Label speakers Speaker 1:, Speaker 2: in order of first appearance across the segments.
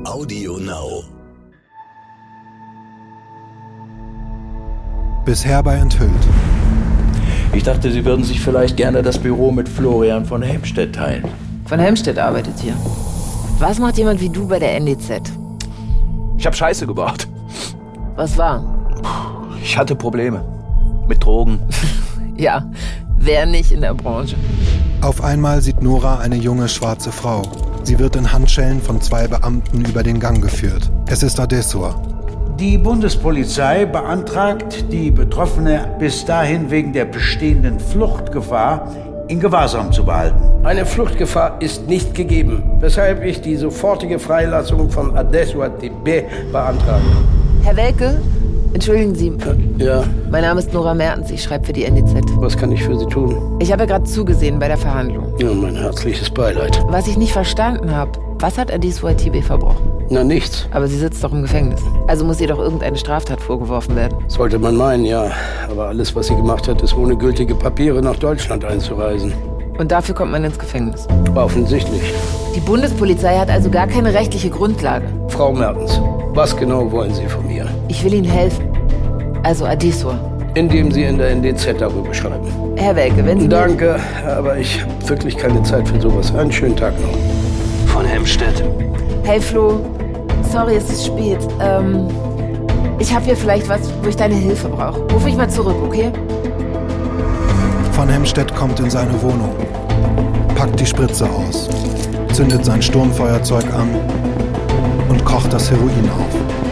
Speaker 1: Audio Now.
Speaker 2: Bisher bei Enthüllt.
Speaker 3: Ich dachte, Sie würden sich vielleicht gerne das Büro mit Florian von Helmstedt teilen.
Speaker 4: Von Helmstedt arbeitet hier. Was macht jemand wie du bei der NDZ?
Speaker 3: Ich habe Scheiße gebaut.
Speaker 4: Was war?
Speaker 3: Ich hatte Probleme. Mit Drogen.
Speaker 4: Ja, wer nicht in der Branche?
Speaker 2: Auf einmal sieht Nora eine junge schwarze Frau. Sie wird in Handschellen von 2 Beamten über den Gang geführt. Es ist Adessor.
Speaker 5: Die Bundespolizei beantragt, die Betroffene bis dahin wegen der bestehenden Fluchtgefahr in Gewahrsam zu behalten.
Speaker 6: Eine Fluchtgefahr ist nicht gegeben, weshalb ich die sofortige Freilassung von Adessor DB beantrage.
Speaker 4: Herr Welke, entschuldigen Sie.
Speaker 6: Ja,
Speaker 4: Mein Name ist Nora Mertens, ich schreibe für die NDZ.
Speaker 6: was kann ich für Sie tun?
Speaker 4: Ich habe ja gerade zugesehen bei der Verhandlung.
Speaker 6: Ja, mein herzliches Beileid.
Speaker 4: Was ich nicht verstanden habe, was hat Adessor TB verbrochen?
Speaker 6: Na, nichts.
Speaker 4: Aber sie sitzt doch im Gefängnis. Also muss ihr doch irgendeine Straftat vorgeworfen werden.
Speaker 6: Sollte man meinen, ja. Aber alles, was sie gemacht hat, ist ohne gültige Papiere nach Deutschland einzureisen.
Speaker 4: Und dafür kommt man ins Gefängnis.
Speaker 6: Offensichtlich.
Speaker 4: Die Bundespolizei hat also gar keine rechtliche Grundlage.
Speaker 6: Frau Mertens, was genau wollen Sie von mir?
Speaker 4: Ich will Ihnen helfen. Also Adessor.
Speaker 6: Indem Sie in der NDZ darüber schreiben.
Speaker 4: Herr Welke, wenn Sie...
Speaker 6: Danke, aber ich habe wirklich keine Zeit für sowas. Einen schönen Tag noch.
Speaker 1: Von Helmstedt.
Speaker 4: Hey Flo, sorry, es ist spät. Ich habe hier vielleicht was, wo ich deine Hilfe brauche. Ruf mich mal zurück, okay?
Speaker 2: Von Helmstedt kommt in seine Wohnung, packt die Spritze aus, zündet sein Sturmfeuerzeug an und kocht das Heroin auf.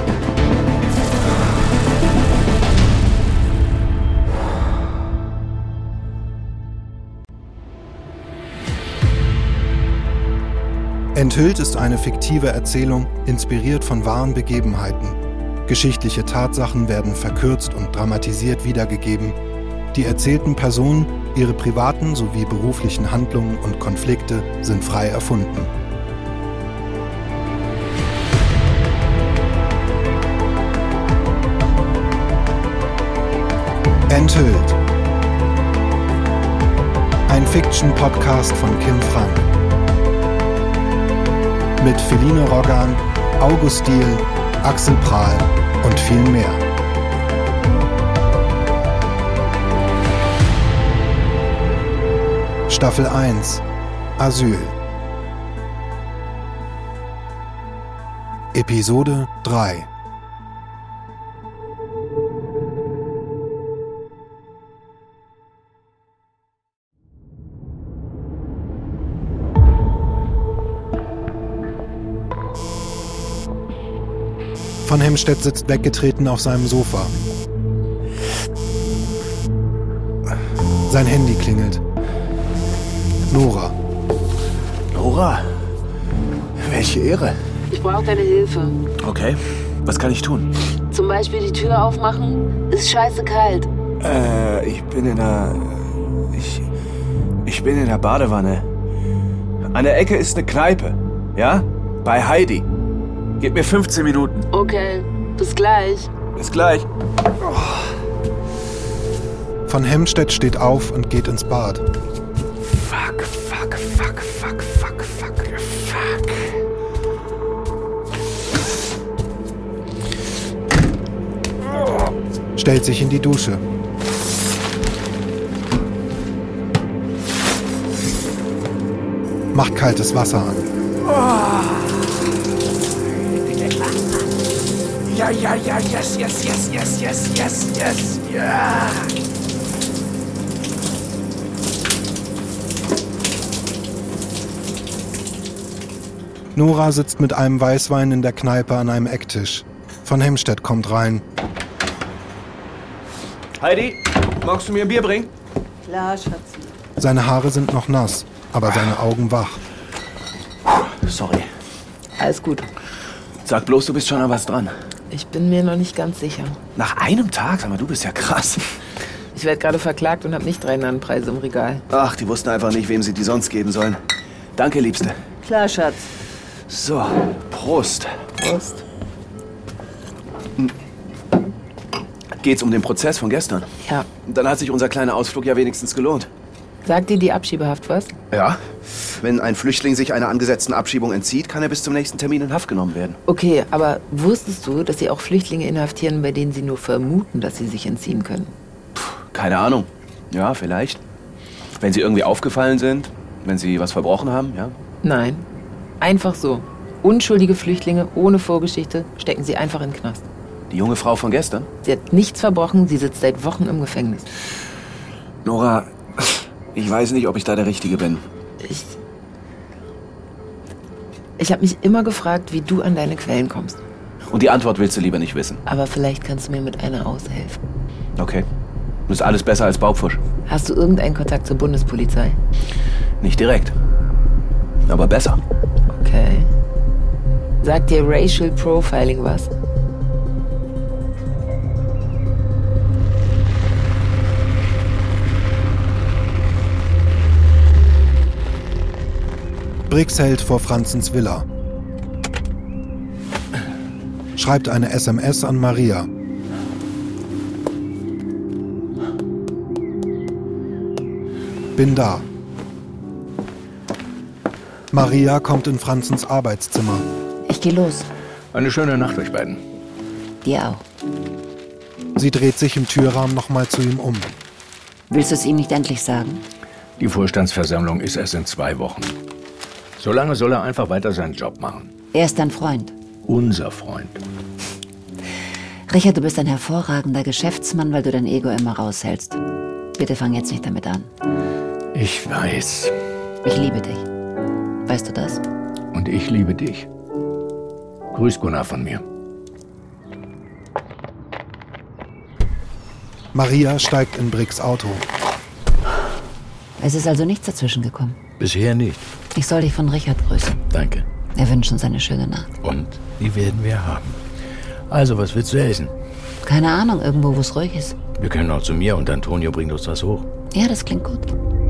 Speaker 2: Enthüllt ist eine fiktive Erzählung, inspiriert von wahren Begebenheiten. Geschichtliche Tatsachen werden verkürzt und dramatisiert wiedergegeben. Die erzählten Personen, ihre privaten sowie beruflichen Handlungen und Konflikte sind frei erfunden. Enthüllt. Ein Fiction-Podcast von Kim Frank. Mit Feline Roggan, August Diehl, Axel Prahl und vielen mehr. Staffel 1 Asyl. Episode 3. Von Helmstedt sitzt weggetreten auf seinem Sofa. Sein Handy klingelt. Nora.
Speaker 3: Nora? Welche Ehre.
Speaker 4: Ich brauche deine Hilfe.
Speaker 3: Okay, was kann ich tun?
Speaker 4: Zum Beispiel die Tür aufmachen. Ist scheiße kalt.
Speaker 7: Ich bin in der Badewanne. An der Ecke ist eine Kneipe. Ja? Bei Heidi. Gib mir 15 Minuten.
Speaker 4: Okay, bis gleich.
Speaker 7: Bis gleich.
Speaker 2: Von Helmstedt steht auf und geht ins Bad.
Speaker 7: Fuck.
Speaker 2: Stellt sich in die Dusche. Macht kaltes Wasser an.
Speaker 7: Ja, yes, ja.
Speaker 2: Nora sitzt mit einem Weißwein in der Kneipe an einem Ecktisch. Von Helmstedt kommt rein.
Speaker 7: Heidi, magst du mir ein Bier bringen?
Speaker 4: Klar, Schatzi.
Speaker 2: Seine Haare sind noch nass, aber seine Augen wach.
Speaker 3: Sorry.
Speaker 4: Alles gut.
Speaker 3: Sag bloß, du bist schon an was dran.
Speaker 4: Ich bin mir noch nicht ganz sicher.
Speaker 3: Nach einem Tag? Sag mal, du bist ja krass.
Speaker 4: Ich werde gerade verklagt und habe nicht 3 Nannenpreise im Regal.
Speaker 3: Ach, die wussten einfach nicht, wem sie die sonst geben sollen. Danke, Liebste.
Speaker 4: Klar, Schatz.
Speaker 3: So, Prost.
Speaker 4: Prost.
Speaker 3: Geht's um den Prozess von gestern?
Speaker 4: Ja.
Speaker 3: Dann hat sich unser kleiner Ausflug ja wenigstens gelohnt.
Speaker 4: Sagt dir die Abschiebehaft was?
Speaker 1: Ja. Wenn ein Flüchtling sich einer angesetzten Abschiebung entzieht, kann er bis zum nächsten Termin in Haft genommen werden.
Speaker 4: Okay, aber wusstest du, dass sie auch Flüchtlinge inhaftieren, bei denen sie nur vermuten, dass sie sich entziehen können?
Speaker 7: Keine Ahnung. Ja, vielleicht. Wenn sie irgendwie aufgefallen sind, wenn sie was verbrochen haben, ja?
Speaker 4: Nein. Einfach so. Unschuldige Flüchtlinge ohne Vorgeschichte stecken sie einfach in den Knast.
Speaker 7: Die junge Frau von gestern?
Speaker 4: Sie hat nichts verbrochen, sie sitzt seit Wochen im Gefängnis.
Speaker 7: Nora, ich weiß nicht, ob ich da der Richtige bin.
Speaker 4: Ich habe mich immer gefragt, wie du an deine Quellen kommst.
Speaker 7: Und die Antwort willst du lieber nicht wissen.
Speaker 4: Aber vielleicht kannst du mir mit einer aushelfen.
Speaker 7: Okay. Das ist alles besser als Baupfusch.
Speaker 4: Hast du irgendeinen Kontakt zur Bundespolizei?
Speaker 7: Nicht direkt. Aber besser.
Speaker 4: Okay. Sagt dir Racial Profiling was?
Speaker 2: Briggs hält vor Franzens Villa. Schreibt eine SMS an Maria. Bin da. Maria kommt in Franzens Arbeitszimmer.
Speaker 8: Ich geh los.
Speaker 3: Eine schöne Nacht euch beiden.
Speaker 8: Dir auch.
Speaker 2: Sie dreht sich im Türrahmen nochmal zu ihm um.
Speaker 8: Willst du es ihm nicht endlich sagen?
Speaker 3: Die Vorstandsversammlung ist erst in 2 Wochen. Solange soll er einfach weiter seinen Job machen.
Speaker 8: Er ist dein Freund.
Speaker 3: Unser Freund.
Speaker 8: Richard, du bist ein hervorragender Geschäftsmann, weil du dein Ego immer raushältst. Bitte fang jetzt nicht damit an.
Speaker 3: Ich weiß.
Speaker 8: Ich liebe dich. Weißt du das?
Speaker 3: Und ich liebe dich. Grüß Gunnar von mir.
Speaker 2: Maria steigt in Briggs Auto.
Speaker 8: Es ist also nichts dazwischen gekommen.
Speaker 3: Bisher nicht.
Speaker 8: Ich soll dich von Richard grüßen.
Speaker 3: Danke.
Speaker 8: Er wünscht uns eine schöne Nacht.
Speaker 3: Und die werden wir haben. Also, was willst du essen?
Speaker 8: Keine Ahnung, irgendwo, wo es ruhig ist.
Speaker 3: Wir können auch zu mir und Antonio bringt uns was hoch.
Speaker 8: Ja, das klingt gut.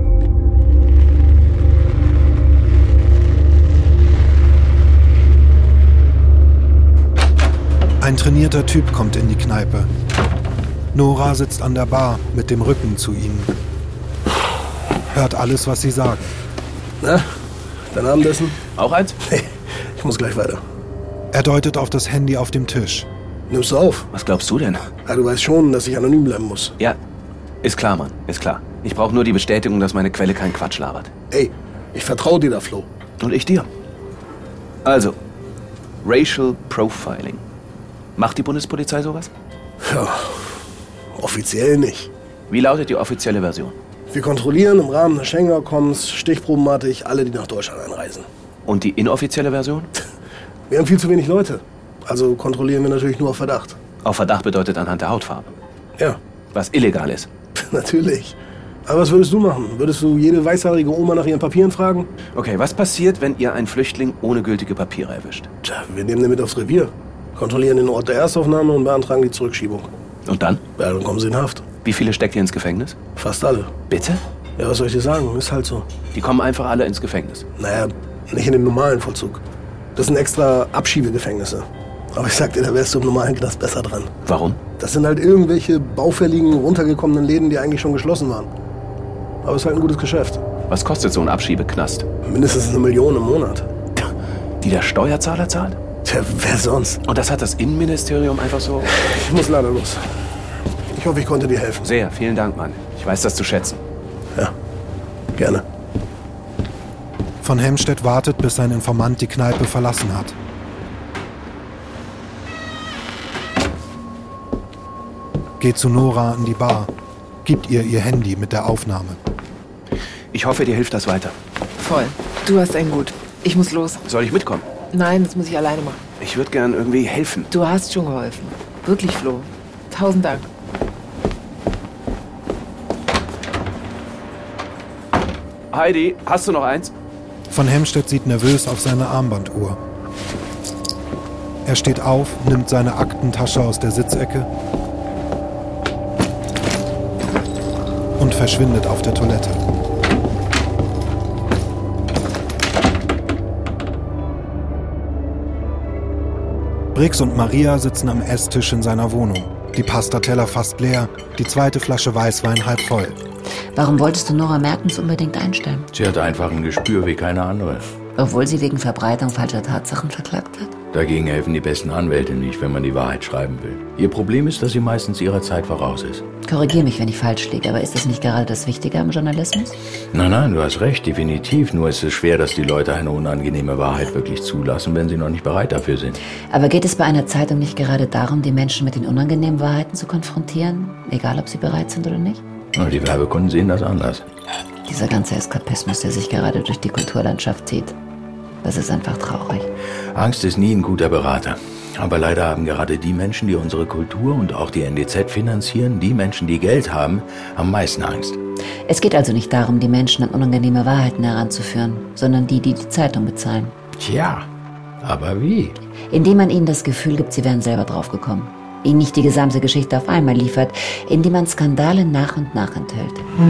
Speaker 2: Ein trainierter Typ kommt in die Kneipe. Nora sitzt an der Bar mit dem Rücken zu ihnen. Hört alles, was sie sagen.
Speaker 6: Na, dein Abendessen?
Speaker 7: Auch eins?
Speaker 6: Nee, ich muss gleich weiter.
Speaker 2: Er deutet auf das Handy auf dem Tisch.
Speaker 6: Nimmst du auf?
Speaker 7: Was glaubst du denn?
Speaker 6: Ja, du weißt schon, dass ich anonym bleiben muss.
Speaker 7: Ja, ist klar, Mann, ist klar. Ich brauche nur die Bestätigung, dass meine Quelle keinen Quatsch labert.
Speaker 6: Ey, ich vertraue dir da, Flo.
Speaker 7: Und ich dir. Also, Racial Profiling. Macht die Bundespolizei sowas?
Speaker 6: Ja, offiziell nicht.
Speaker 7: Wie lautet die offizielle Version?
Speaker 6: Wir kontrollieren im Rahmen des Schengen-Abkommens stichprobenartig alle, die nach Deutschland einreisen.
Speaker 7: Und die inoffizielle Version?
Speaker 6: Wir haben viel zu wenig Leute. Also kontrollieren wir natürlich nur auf Verdacht.
Speaker 7: Auf Verdacht bedeutet anhand der Hautfarbe.
Speaker 6: Ja,
Speaker 7: Was illegal ist.
Speaker 6: natürlich. Aber was würdest du machen? Würdest du jede weißhaarige Oma nach ihren Papieren fragen?
Speaker 7: Okay, was passiert, wenn ihr einen Flüchtling ohne gültige Papiere erwischt?
Speaker 6: Tja, wir nehmen den mit aufs Revier, kontrollieren den Ort der Erstaufnahme und beantragen die Zurückschiebung.
Speaker 7: Und dann?
Speaker 6: Ja, dann kommen sie in Haft.
Speaker 7: Wie viele steckt ihr ins Gefängnis?
Speaker 6: Fast alle.
Speaker 7: Bitte?
Speaker 6: Ja, was soll ich dir sagen? Ist halt so.
Speaker 7: Die kommen einfach alle ins Gefängnis.
Speaker 6: Naja, nicht in dem normalen Vollzug. Das sind extra Abschiebegefängnisse. Aber ich sag dir, da wärst du im normalen Knast besser dran.
Speaker 7: Warum?
Speaker 6: Das sind halt irgendwelche baufälligen, runtergekommenen Läden, die eigentlich schon geschlossen waren. Aber es ist halt ein gutes Geschäft.
Speaker 7: Was kostet so ein Abschiebeknast?
Speaker 6: Mindestens 1 Million im Monat.
Speaker 7: Die der Steuerzahler zahlt?
Speaker 6: Tja, wer sonst?
Speaker 7: Und das hat das Innenministerium einfach so?
Speaker 6: Ich muss leider los. Ich hoffe, ich konnte dir helfen.
Speaker 7: Sehr, vielen Dank, Mann. Ich weiß das zu schätzen.
Speaker 6: Ja, gerne.
Speaker 2: Von Hemstedt wartet, bis sein Informant die Kneipe verlassen hat. Geht zu Nora an die Bar, gibt ihr Handy mit der Aufnahme.
Speaker 7: Ich hoffe, dir hilft das weiter.
Speaker 4: Voll. Du hast ein Gut. Ich muss los.
Speaker 7: Soll ich mitkommen?
Speaker 4: Nein, das muss ich alleine machen.
Speaker 7: Ich würde gern irgendwie helfen.
Speaker 4: Du hast schon geholfen. Wirklich, Flo. 1000 Dank.
Speaker 7: Heidi, hast du noch eins?
Speaker 2: Von Hemstedt sieht nervös auf seine Armbanduhr. Er steht auf, nimmt seine Aktentasche aus der Sitzecke und verschwindet auf der Toilette. Briggs und Maria sitzen am Esstisch in seiner Wohnung. Die Pastateller fast leer, die zweite Flasche Weißwein halb voll.
Speaker 8: Warum wolltest du Nora Mertens unbedingt einstellen?
Speaker 3: Sie hat einfach ein Gespür wie keine andere.
Speaker 8: Obwohl sie wegen Verbreitung falscher Tatsachen verklagt wird?
Speaker 3: Dagegen helfen die besten Anwälte nicht, wenn man die Wahrheit schreiben will. Ihr Problem ist, dass sie meistens ihrer Zeit voraus ist.
Speaker 8: Korrigier mich, wenn ich falsch liege, aber ist das nicht gerade das Wichtige am Journalismus?
Speaker 3: Nein, du hast recht, definitiv. Nur ist es schwer, dass die Leute eine unangenehme Wahrheit wirklich zulassen, wenn sie noch nicht bereit dafür sind.
Speaker 8: Aber geht es bei einer Zeitung nicht gerade darum, die Menschen mit den unangenehmen Wahrheiten zu konfrontieren? Egal, ob sie bereit sind oder nicht?
Speaker 3: Und die Werbekunden sehen das anders.
Speaker 8: Dieser ganze Eskapismus, der sich gerade durch die Kulturlandschaft zieht. Das ist einfach traurig.
Speaker 3: Angst ist nie ein guter Berater. Aber leider haben gerade die Menschen, die unsere Kultur und auch die NDZ finanzieren, die Menschen, die Geld haben, am meisten Angst.
Speaker 8: Es geht also nicht darum, die Menschen an unangenehme Wahrheiten heranzuführen, sondern die Zeitung bezahlen.
Speaker 3: Tja, aber wie?
Speaker 8: Indem man ihnen das Gefühl gibt, sie wären selber draufgekommen. Ihnen nicht die gesamte Geschichte auf einmal liefert, indem man Skandale nach und nach enthüllt.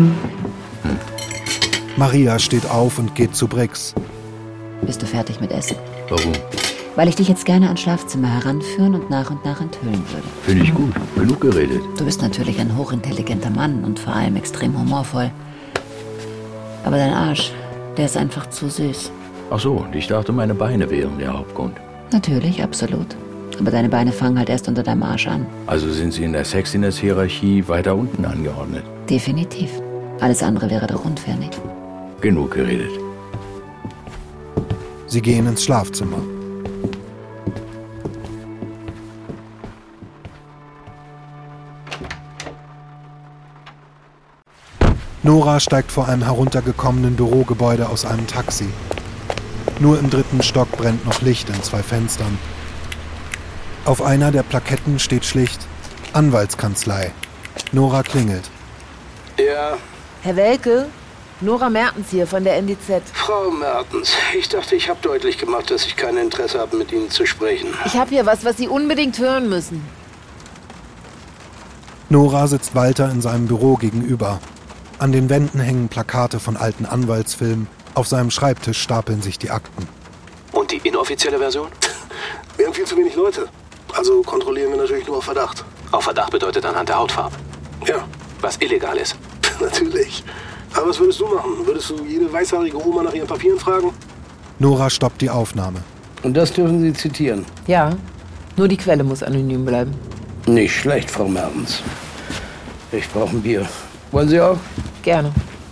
Speaker 2: Maria steht auf und geht zu Brix.
Speaker 8: Bist du fertig mit Essen?
Speaker 3: Warum?
Speaker 8: Weil ich dich jetzt gerne ans Schlafzimmer heranführen und nach enthüllen würde.
Speaker 3: Finde ich gut. Genug geredet.
Speaker 8: Du bist natürlich ein hochintelligenter Mann und vor allem extrem humorvoll. Aber dein Arsch, der ist einfach zu süß.
Speaker 3: Ach so, und ich dachte, meine Beine wären der Hauptgrund.
Speaker 8: Natürlich, absolut. Aber deine Beine fangen halt erst unter deinem Arsch an.
Speaker 3: Also sind sie in der Sexiness-Hierarchie weiter unten angeordnet?
Speaker 8: Definitiv. Alles andere wäre doch unfair, nicht?
Speaker 3: Genug geredet.
Speaker 2: Sie gehen ins Schlafzimmer. Nora steigt vor einem heruntergekommenen Bürogebäude aus einem Taxi. Nur im 3. Stock brennt noch Licht in 2 Fenstern. Auf einer der Plaketten steht schlicht Anwaltskanzlei. Nora klingelt.
Speaker 6: Ja,
Speaker 4: Herr Welke, Nora Mertens hier von der NDZ.
Speaker 6: Frau Mertens, ich dachte, ich habe deutlich gemacht, dass ich kein Interesse habe, mit Ihnen zu sprechen.
Speaker 4: Ich habe hier was Sie unbedingt hören müssen.
Speaker 2: Nora sitzt Walter in seinem Büro gegenüber. An den Wänden hängen Plakate von alten Anwaltsfilmen. Auf seinem Schreibtisch stapeln sich die Akten.
Speaker 9: Und die inoffizielle Version?
Speaker 10: Wir haben viel zu wenig Leute. Also kontrollieren wir natürlich nur auf Verdacht.
Speaker 9: Auf Verdacht bedeutet anhand der Hautfarbe.
Speaker 10: Ja.
Speaker 9: Was illegal ist.
Speaker 10: Natürlich. Aber was würdest du machen? Würdest du jede weißhaarige Oma nach ihren Papieren fragen?
Speaker 2: Nora stoppt die Aufnahme.
Speaker 6: Und das dürfen Sie zitieren?
Speaker 4: Ja, nur die Quelle muss anonym bleiben.
Speaker 6: Nicht schlecht, Frau Mertens. Ich brauche ein Bier. Wollen Sie auch?
Speaker 4: Gerne.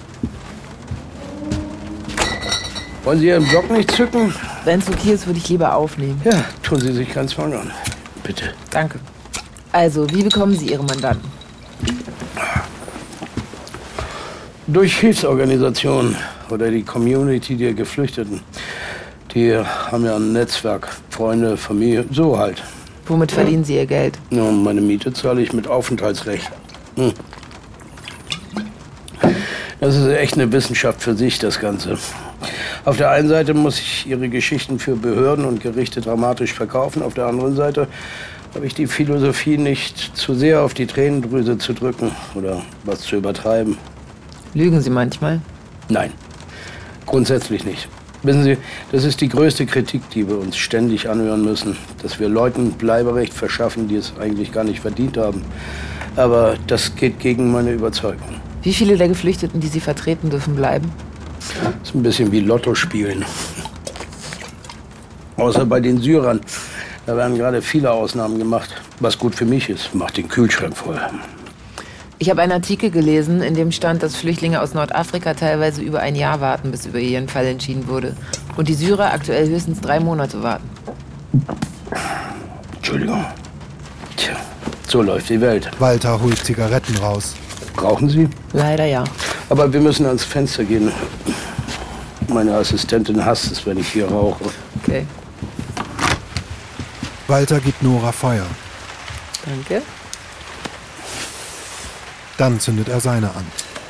Speaker 6: Wollen Sie Ihren Block nicht zücken?
Speaker 4: Wenn es okay ist, würde ich lieber aufnehmen.
Speaker 6: Ja, tun Sie sich keinen Zwang an. Bitte.
Speaker 4: Danke. Also, wie bekommen Sie Ihre Mandanten?
Speaker 6: Durch Hilfsorganisationen oder die Community der Geflüchteten. Die haben ja ein Netzwerk, Freunde, Familie, so halt.
Speaker 4: Womit verdienen Sie Ihr Geld?
Speaker 6: Ja, meine Miete zahle ich mit Aufenthaltsrecht. Das ist echt eine Wissenschaft für sich, das Ganze. Auf der einen Seite muss ich ihre Geschichten für Behörden und Gerichte dramatisch verkaufen. Auf der anderen Seite habe ich die Philosophie, nicht zu sehr auf die Tränendrüse zu drücken oder was zu übertreiben.
Speaker 4: Lügen Sie manchmal?
Speaker 6: Nein, grundsätzlich nicht. Wissen Sie, das ist die größte Kritik, die wir uns ständig anhören müssen. Dass wir Leuten Bleiberecht verschaffen, die es eigentlich gar nicht verdient haben. Aber das geht gegen meine Überzeugung.
Speaker 4: Wie viele der Geflüchteten, die Sie vertreten, dürfen bleiben?
Speaker 6: Das ist ein bisschen wie Lotto spielen. Außer bei den Syrern. Da werden gerade viele Ausnahmen gemacht. Was gut für mich ist, macht den Kühlschrank voll.
Speaker 4: Ich habe einen Artikel gelesen, in dem stand, dass Flüchtlinge aus Nordafrika teilweise über ein Jahr warten, bis über ihren Fall entschieden wurde. Und die Syrer aktuell höchstens 3 Monate warten.
Speaker 6: Entschuldigung. Tja, so läuft die Welt.
Speaker 2: Walter holt Zigaretten raus.
Speaker 6: Rauchen Sie?
Speaker 4: Leider ja.
Speaker 6: Aber wir müssen ans Fenster gehen. Meine Assistentin hasst es, wenn ich hier rauche.
Speaker 4: Okay.
Speaker 2: Walter gibt Nora Feuer.
Speaker 4: Danke.
Speaker 2: Dann zündet er seine an.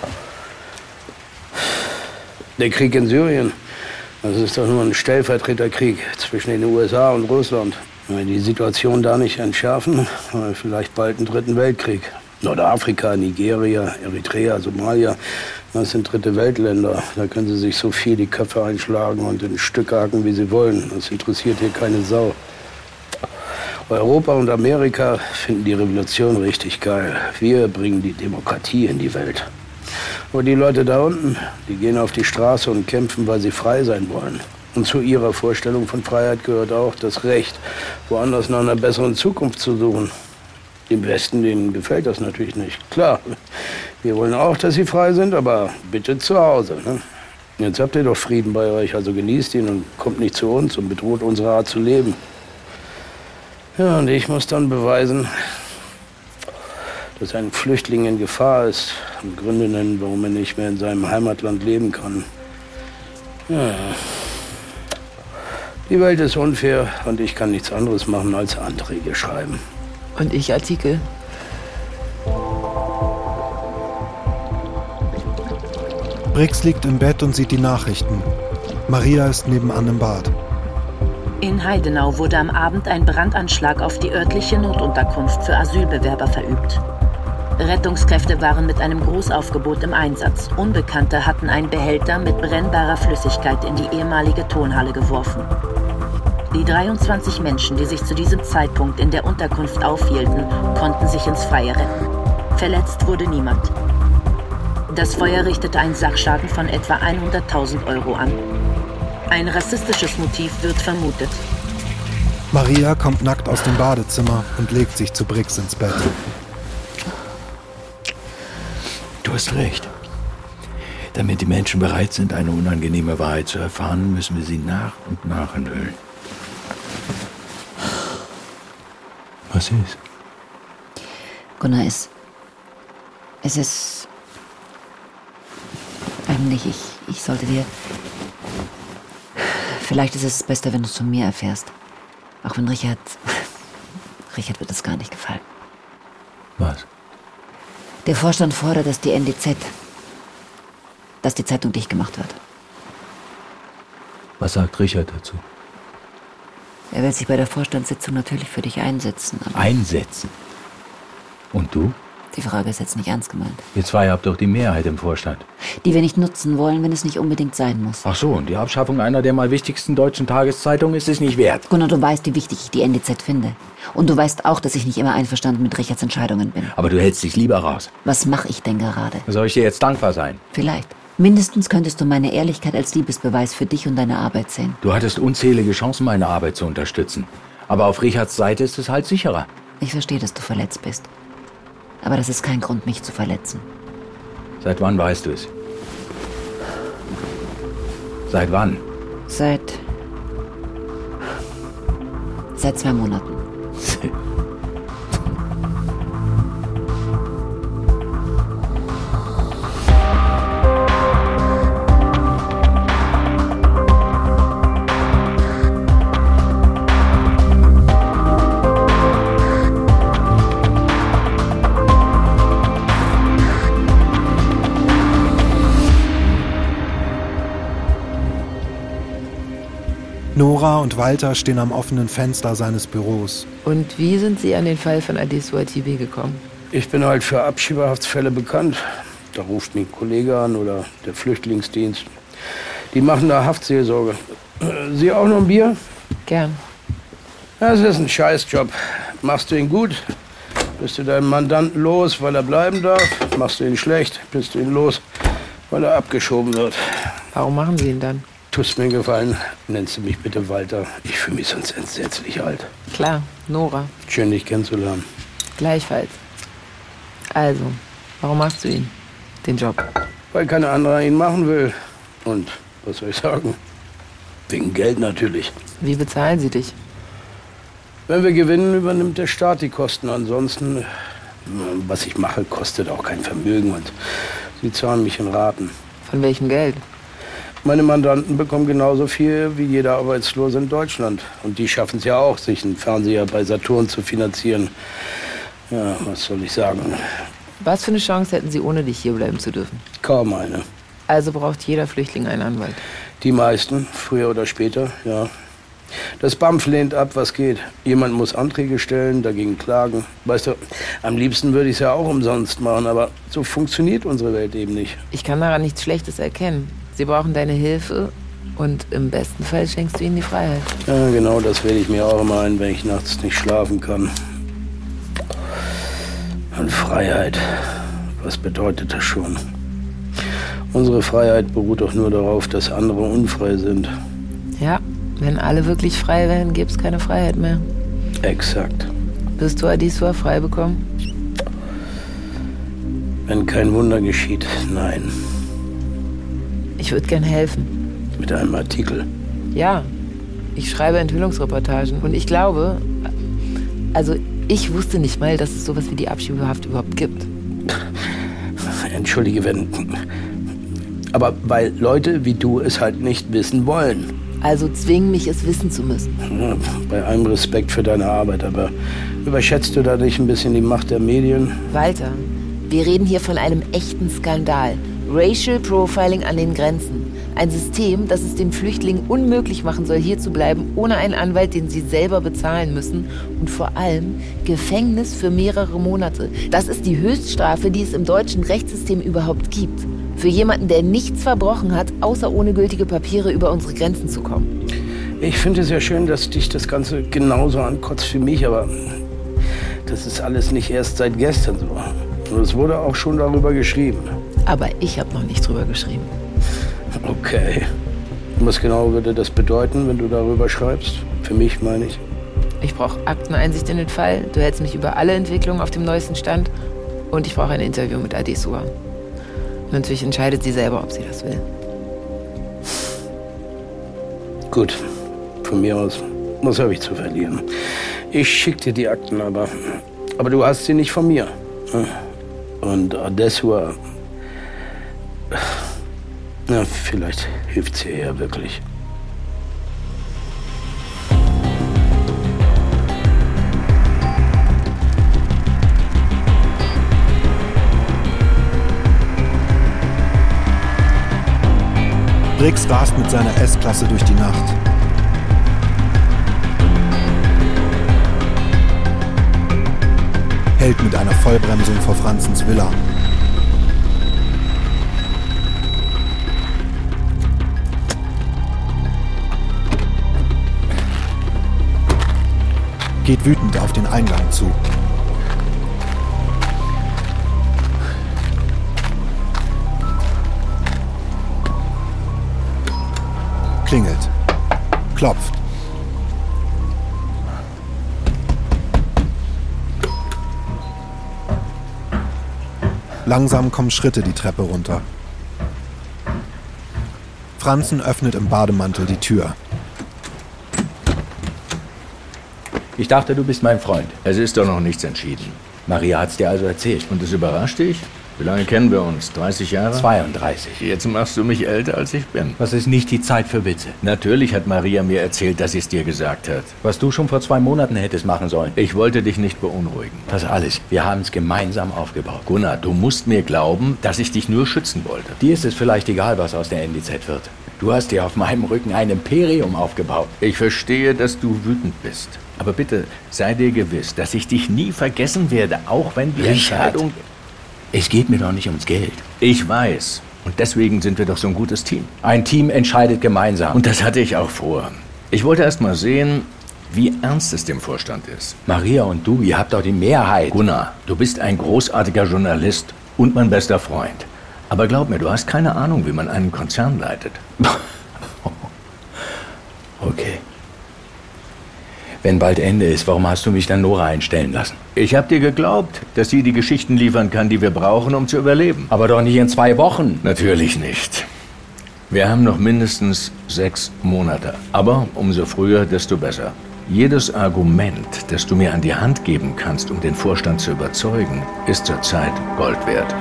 Speaker 6: Der Krieg in Syrien, das ist doch nur ein Stellvertreterkrieg zwischen den USA und Russland. Wenn wir die Situation da nicht entschärfen, haben wir vielleicht bald einen 3. Weltkrieg. Nordafrika, Nigeria, Eritrea, Somalia, das sind 3. Weltländer. Da können sie sich so viel die Köpfe einschlagen und in Stücke hacken, wie sie wollen. Das interessiert hier keine Sau. Europa und Amerika finden die Revolution richtig geil. Wir bringen die Demokratie in die Welt. Aber die Leute da unten, die gehen auf die Straße und kämpfen, weil sie frei sein wollen. Und zu ihrer Vorstellung von Freiheit gehört auch das Recht, woanders nach einer besseren Zukunft zu suchen. Dem Westen, denen gefällt das natürlich nicht. Klar, wir wollen auch, dass sie frei sind, aber bitte zu Hause. Ne? Jetzt habt ihr doch Frieden bei euch, also genießt ihn und kommt nicht zu uns und bedroht unsere Art zu leben. Ja, und ich muss dann beweisen, dass ein Flüchtling in Gefahr ist und Gründe nennen, warum er nicht mehr in seinem Heimatland leben kann. Ja. Die Welt ist unfair und ich kann nichts anderes machen als Anträge schreiben.
Speaker 4: Und ich Artikel.
Speaker 2: Brix liegt im Bett und sieht die Nachrichten. Maria ist nebenan im Bad.
Speaker 11: In Heidenau wurde am Abend ein Brandanschlag auf die örtliche Notunterkunft für Asylbewerber verübt. Rettungskräfte waren mit einem Großaufgebot im Einsatz. Unbekannte hatten einen Behälter mit brennbarer Flüssigkeit in die ehemalige Turnhalle geworfen. Die 23 Menschen, die sich zu diesem Zeitpunkt in der Unterkunft aufhielten, konnten sich ins Freie retten. Verletzt wurde niemand. Das Feuer richtete einen Sachschaden von etwa 100.000 Euro an. Ein rassistisches Motiv wird vermutet.
Speaker 2: Maria kommt nackt aus dem Badezimmer und legt sich zu Brix ins Bett.
Speaker 3: Du hast recht. Damit die Menschen bereit sind, eine unangenehme Wahrheit zu erfahren, müssen wir sie nach und nach enthüllen. Was ist?
Speaker 8: Gunnar, es ist... Eigentlich, ich sollte dir... Vielleicht ist es besser, wenn du es von mir erfährst. Auch wenn Richard wird es gar nicht gefallen.
Speaker 3: Was?
Speaker 8: Der Vorstand fordert, dass die NDZ, dass die Zeitung dicht gemacht wird.
Speaker 3: Was sagt Richard dazu?
Speaker 8: Er will sich bei der Vorstandssitzung natürlich für dich einsetzen.
Speaker 3: Einsetzen? Und du?
Speaker 8: Die Frage ist jetzt nicht ernst gemeint.
Speaker 3: Ihr zwei habt doch die Mehrheit im Vorstand.
Speaker 8: Die wir nicht nutzen wollen, wenn es nicht unbedingt sein muss.
Speaker 3: Ach so, und die Abschaffung einer der mal wichtigsten deutschen Tageszeitungen ist es nicht wert.
Speaker 8: Gunnar, du weißt, wie wichtig ich die NDZ finde. Und du weißt auch, dass ich nicht immer einverstanden mit Richards Entscheidungen bin.
Speaker 3: Aber du hältst dich lieber raus.
Speaker 8: Was mache ich denn gerade?
Speaker 3: Soll ich dir jetzt dankbar sein?
Speaker 8: Vielleicht. Mindestens könntest du meine Ehrlichkeit als Liebesbeweis für dich und deine Arbeit sehen.
Speaker 3: Du hattest unzählige Chancen, meine Arbeit zu unterstützen. Aber auf Richards Seite ist es halt sicherer.
Speaker 8: Ich verstehe, dass du verletzt bist. Aber das ist kein Grund, mich zu verletzen.
Speaker 3: Seit wann weißt du es? Seit wann?
Speaker 8: Seit 2 Monaten.
Speaker 2: Nora und Walter stehen am offenen Fenster seines Büros.
Speaker 4: Und wie sind Sie an den Fall von Adesua Tibi gekommen?
Speaker 6: Ich bin halt für Abschiebehaftsfälle bekannt. Da ruft mich ein Kollege an oder der Flüchtlingsdienst. Die machen da Haftseelsorge. Sie auch noch ein Bier?
Speaker 4: Gern.
Speaker 6: Das ist ein Scheißjob. Machst du ihn gut, bist du deinen Mandanten los, weil er bleiben darf. Machst du ihn schlecht, bist du ihn los, weil er abgeschoben wird.
Speaker 4: Warum machen Sie ihn dann?
Speaker 6: Tust mir einen Gefallen, nennst du mich bitte Walter. Ich fühle mich sonst entsetzlich alt.
Speaker 4: Klar, Nora.
Speaker 6: Schön, dich kennenzulernen.
Speaker 4: Gleichfalls. Also, warum machst du ihn? Den Job?
Speaker 6: Weil kein anderer ihn machen will. Und, was soll ich sagen? Wegen Geld natürlich.
Speaker 4: Wie bezahlen Sie dich?
Speaker 6: Wenn wir gewinnen, übernimmt der Staat die Kosten. Ansonsten, was ich mache, kostet auch kein Vermögen. Und sie zahlen mich in Raten.
Speaker 4: Von welchem Geld?
Speaker 6: Meine Mandanten bekommen genauso viel wie jeder Arbeitslose in Deutschland. Und die schaffen es ja auch, sich einen Fernseher bei Saturn zu finanzieren. Ja, was soll ich sagen?
Speaker 4: Was für eine Chance hätten Sie, ohne dich hier bleiben zu dürfen?
Speaker 6: Kaum eine.
Speaker 4: Also braucht jeder Flüchtling einen Anwalt?
Speaker 6: Die meisten, früher oder später, ja. Das BAMF lehnt ab, was geht. Jemand muss Anträge stellen, dagegen klagen. Weißt du, am liebsten würde ich es ja auch umsonst machen, aber so funktioniert unsere Welt eben nicht.
Speaker 4: Ich kann daran nichts Schlechtes erkennen. Sie brauchen deine Hilfe und im besten Fall schenkst du ihnen die Freiheit.
Speaker 6: Ja, genau, das werde ich mir auch immer ein, wenn ich nachts nicht schlafen kann. Und Freiheit, was bedeutet das schon? Unsere Freiheit beruht doch nur darauf, dass andere unfrei sind.
Speaker 4: Ja, wenn alle wirklich frei wären, gäbe es keine Freiheit mehr.
Speaker 6: Exakt.
Speaker 4: Wirst du Adisua frei bekommen?
Speaker 6: Wenn kein Wunder geschieht, nein.
Speaker 4: Ich würde gern helfen.
Speaker 6: Mit einem Artikel?
Speaker 4: Ja, ich schreibe Enthüllungsreportagen. Und ich glaube, also ich wusste nicht mal, dass es sowas wie die Abschiebehaft überhaupt gibt.
Speaker 6: Entschuldige, aber weil Leute wie du es halt nicht wissen wollen.
Speaker 4: Also zwingen mich, es wissen zu müssen.
Speaker 6: Ja, bei allem Respekt für deine Arbeit, aber überschätzt du da nicht ein bisschen die Macht der Medien?
Speaker 4: Walter, wir reden hier von einem echten Skandal. Racial Profiling an den Grenzen. Ein System, das es den Flüchtlingen unmöglich machen soll, hier zu bleiben, ohne einen Anwalt, den sie selber bezahlen müssen. Und vor allem Gefängnis für mehrere Monate. Das ist die Höchststrafe, die es im deutschen Rechtssystem überhaupt gibt. Für jemanden, der nichts verbrochen hat, außer ohne gültige Papiere über unsere Grenzen zu kommen.
Speaker 6: Ich finde es ja schön, dass dich das Ganze genauso ankotzt wie mich, aber das ist alles nicht erst seit gestern so. Und es wurde auch schon darüber geschrieben.
Speaker 4: Aber ich habe noch nicht drüber geschrieben.
Speaker 6: Okay. Was genau würde das bedeuten, wenn du darüber schreibst? Für mich, meine ich.
Speaker 4: Ich brauche Akteneinsicht in den Fall. Du hältst mich über alle Entwicklungen auf dem neuesten Stand. Und ich brauche ein Interview mit Adisua. Natürlich entscheidet sie selber, ob sie das will.
Speaker 6: Gut, von mir aus. Was habe ich zu verlieren? Ich schicke dir die Akten, aber du hast sie nicht von mir. Und Adisua, na, vielleicht hilft sie ja wirklich.
Speaker 2: Briggs rast mit seiner S-Klasse durch die Nacht. Hält mit einer Vollbremsung vor Franzens Villa. Geht wütend auf den Eingang zu. Klingelt. Klopft. Langsam kommen Schritte die Treppe runter. Franzen öffnet im Bademantel die Tür.
Speaker 3: Ich dachte, du bist mein Freund. Es ist doch noch nichts entschieden. Maria hat's dir also erzählt.
Speaker 12: Und es überrascht dich? Wie lange kennen wir uns? 30 Jahre?
Speaker 3: 32.
Speaker 12: Jetzt machst du mich älter, als ich bin.
Speaker 3: Das ist nicht die Zeit für Witze.
Speaker 12: Natürlich hat Maria mir erzählt, dass sie es dir gesagt hat.
Speaker 3: Was du schon vor 2 Monaten hättest machen sollen.
Speaker 12: Ich wollte dich nicht beunruhigen.
Speaker 3: Das alles. Wir haben es gemeinsam aufgebaut.
Speaker 12: Gunnar, du musst mir glauben, dass ich dich nur schützen wollte.
Speaker 3: Dir ist es vielleicht egal, was aus der NDZ wird. Du hast dir auf meinem Rücken ein Imperium aufgebaut.
Speaker 12: Ich verstehe, dass du wütend bist. Aber bitte, sei dir gewiss, dass ich dich nie vergessen werde, auch wenn die Entscheidung...
Speaker 3: Es geht mir doch nicht ums Geld.
Speaker 12: Ich weiß. Und deswegen sind wir doch so ein gutes Team.
Speaker 3: Ein Team entscheidet gemeinsam.
Speaker 12: Und das hatte ich auch vor. Ich wollte erst mal sehen, wie ernst es dem Vorstand ist.
Speaker 3: Maria und du, ihr habt doch die Mehrheit.
Speaker 12: Gunnar, du bist ein großartiger Journalist und mein bester Freund. Aber glaub mir, du hast keine Ahnung, wie man einen Konzern leitet.
Speaker 3: Okay. Wenn bald Ende ist, warum hast du mich dann Nora einstellen lassen?
Speaker 12: Ich hab dir geglaubt, dass sie die Geschichten liefern kann, die wir brauchen, um zu überleben.
Speaker 3: Aber doch nicht in 2 Wochen.
Speaker 12: Natürlich nicht. Wir haben noch mindestens 6 Monate. Aber umso früher, desto besser. Jedes Argument, das du mir an die Hand geben kannst, um den Vorstand zu überzeugen, ist zurzeit Gold wert.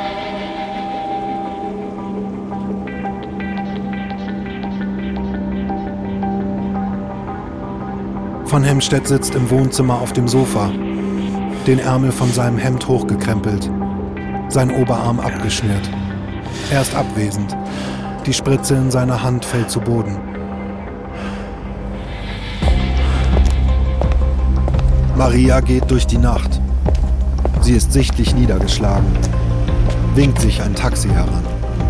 Speaker 2: Von Hemstedt sitzt im Wohnzimmer auf dem Sofa, den Ärmel von seinem Hemd hochgekrempelt, sein Oberarm abgeschnürt. Er ist abwesend. Die Spritze in seiner Hand fällt zu Boden. Maria geht durch die Nacht. Sie ist sichtlich niedergeschlagen, winkt sich ein Taxi heran.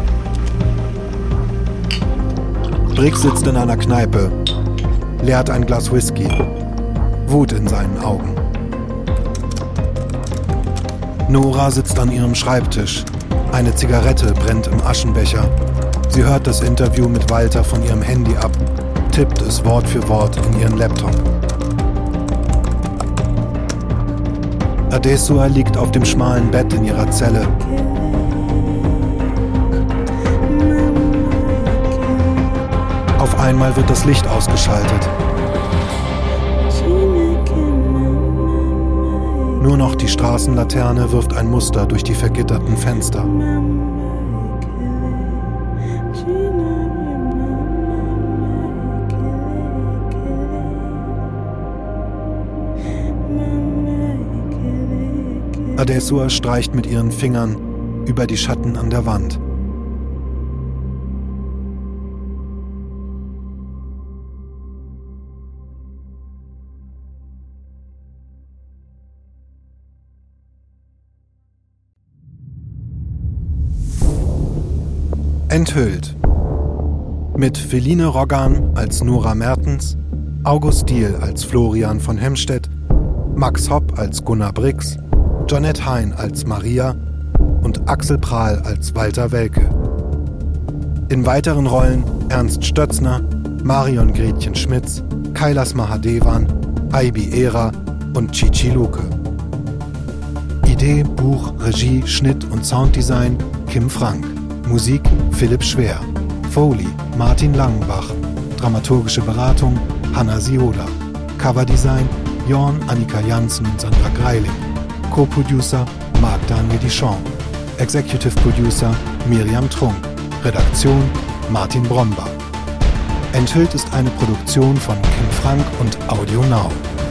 Speaker 2: Briggs sitzt in einer Kneipe, leert ein Glas Whisky, Wut in seinen Augen. Nora sitzt an ihrem Schreibtisch, Eine Zigarette brennt im Aschenbecher. Sie hört das Interview mit Walter von ihrem Handy ab, tippt es Wort für Wort in ihren Laptop. Adesua liegt auf dem schmalen Bett in ihrer Zelle. Auf einmal wird das Licht ausgeschaltet. Nur noch die Straßenlaterne wirft ein Muster durch die vergitterten Fenster. Adesua streicht mit ihren Fingern über die Schatten an der Wand. Enthüllt. Mit Feline Roggan als Nora Mertens, August Diehl als Florian von Hemstedt, Max Hopp als Gunnar Brix, Jeanette Hein als Maria und Axel Prahl als Walter Welke. In weiteren Rollen Ernst Stötzner, Marion Gretchen Schmitz, Kailas Mahadevan, Aibi Era und Chichi Luke. Idee, Buch, Regie, Schnitt und Sounddesign Kim Frank. Musik Philipp Schwer. Foley Martin Langenbach. Dramaturgische Beratung Hanna Sioda. Coverdesign Jorn Annika Janssen und Sandra Greiling. Co-Producer Marc-Daniel Dichon. Executive Producer Miriam Trunk. Redaktion Martin Bromba. Enthüllt ist eine Produktion von Kim Frank und Audio Now.